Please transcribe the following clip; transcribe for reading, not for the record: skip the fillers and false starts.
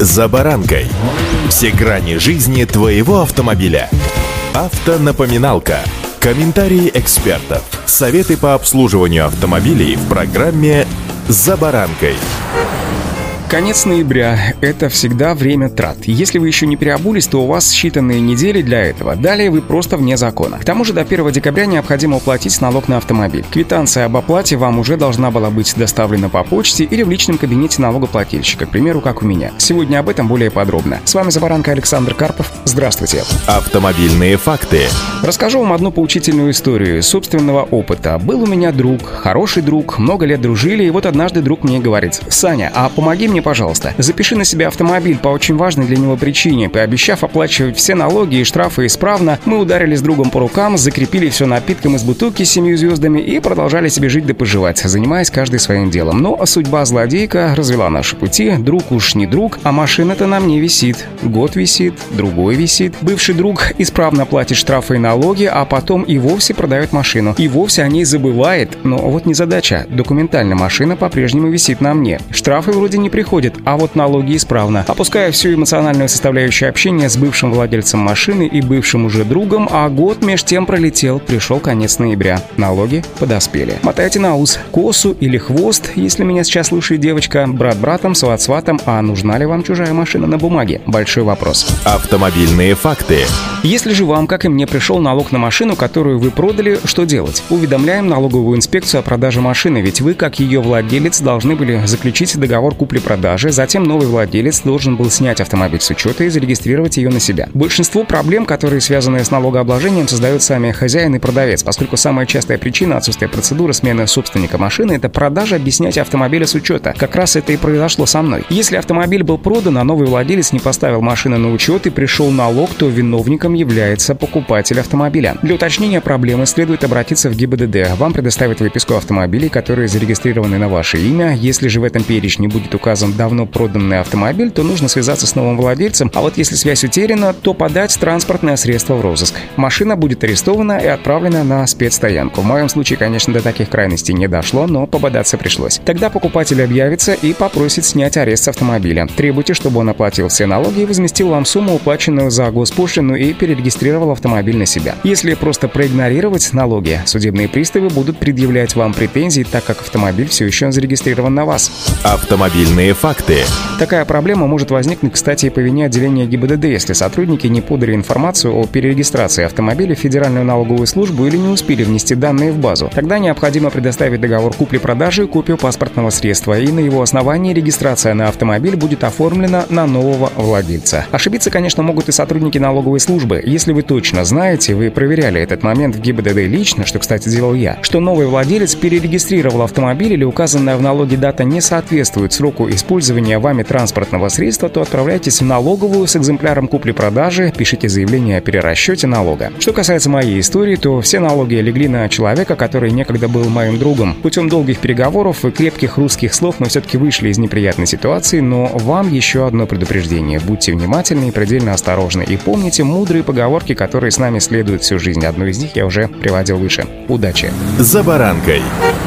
«За баранкой». Все грани жизни твоего автомобиля. Автонапоминалка. Комментарии экспертов. Советы по обслуживанию автомобилей в программе «За баранкой». Конец ноября – это всегда время трат. Если вы еще не переобулись, то у вас считанные недели для этого. Далее вы просто вне закона. К тому же до 1 декабря необходимо уплатить налог на автомобиль. Квитанция об оплате вам уже должна была быть доставлена по почте или в личном кабинете налогоплательщика, к примеру, как у меня. Сегодня об этом более подробно. С вами «За баранкой» Александр Карпов. Здравствуйте. Автомобильные факты. Расскажу вам одну поучительную историю собственного опыта. Был у меня друг, хороший друг, много лет дружили, и вот однажды друг мне говорит: «Саня, а помоги мне, пожалуйста, запиши на себя автомобиль по очень важной для него причине». Пообещав оплачивать все налоги и штрафы исправно, мы ударили с другом по рукам, закрепили все напитком из бутылки с 7 звездами и продолжали себе жить да поживать, занимаясь каждый своим делом. Но судьба злодейка развела наши пути, друг уж не друг, а машина-то на мне висит. Год висит, другой висит. Бывший друг исправно платит штрафы и налоги, а потом и вовсе продает машину. И вовсе о ней забывает. Но вот незадача. Документально машина по-прежнему висит на мне. Штрафы вроде не приходят, а вот налоги исправно. Опуская всю эмоциональную составляющую общения с бывшим владельцем машины и бывшим уже другом, а год меж тем пролетел, пришел конец ноября. Налоги подоспели. Мотайте на ус, косу или хвост, если меня сейчас слушает девочка, брат братом, сват сватом, а нужна ли вам чужая машина на бумаге? Большой вопрос. Автомобильные факты. Если же вам, как и мне, пришел налог на машину, которую вы продали, что делать? Уведомляем налоговую инспекцию о продаже машины, ведь вы, как ее владелец, должны были заключить договор купли-продажи, затем новый владелец должен был снять автомобиль с учета и зарегистрировать ее на себя. Большинство проблем, которые связаны с налогообложением, создают сами хозяин и продавец, поскольку самая частая причина отсутствия процедуры смены собственника машины – это продажа без снятия автомобиля с учета. Как раз это и произошло со мной. Если автомобиль был продан, а новый владелец не поставил машину на учет и пришел налог, то виновником является покупатель автомобиля. Для уточнения проблемы следует обратиться в ГИБДД. Вам предоставят выписку автомобилей, которые зарегистрированы на ваше имя. Если же в этом перечне будет указан давно проданный автомобиль, то нужно связаться с новым владельцем, а вот если связь утеряна, то подать транспортное средство в розыск. Машина будет арестована и отправлена на спецстоянку. В моем случае, конечно, до таких крайностей не дошло, но пободаться пришлось. Тогда покупатель объявится и попросит снять арест с автомобиля. Требуйте, чтобы он оплатил все налоги и возместил вам сумму, уплаченную за госпошлину, и перерегистрировал автомобиль на себя. Если просто проигнорировать налоги, судебные приставы будут предъявлять вам претензии, так как автомобиль все еще зарегистрирован на вас. Автомобильные факты. Такая проблема может возникнуть, кстати, и по вине отделения ГИБДД, если сотрудники не подали информацию о перерегистрации автомобиля в Федеральную налоговую службу или не успели внести данные в базу. Тогда необходимо предоставить договор купли-продажи и копию паспортного средства, и на его основании регистрация на автомобиль будет оформлена на нового владельца. Ошибиться, конечно, могут и сотрудники налоговой службы. Если вы точно знаете, вы проверяли этот момент в ГИБДД лично, что, кстати, делал я, что новый владелец перерегистрировал автомобиль или указанная в налоге дата не соответствует сроку использования вами транспортного средства, то отправляйтесь в налоговую с экземпляром купли-продажи, пишите заявление о перерасчете налога. Что касается моей истории, то все налоги легли на человека, который некогда был моим другом. Путем долгих переговоров и крепких русских слов мы все-таки вышли из неприятной ситуации, но вам еще одно предупреждение. Будьте внимательны и предельно осторожны. И помните мудрые поговорки, которые с нами следуют всю жизнь. Одну из них я уже приводил выше. Удачи! «За баранкой».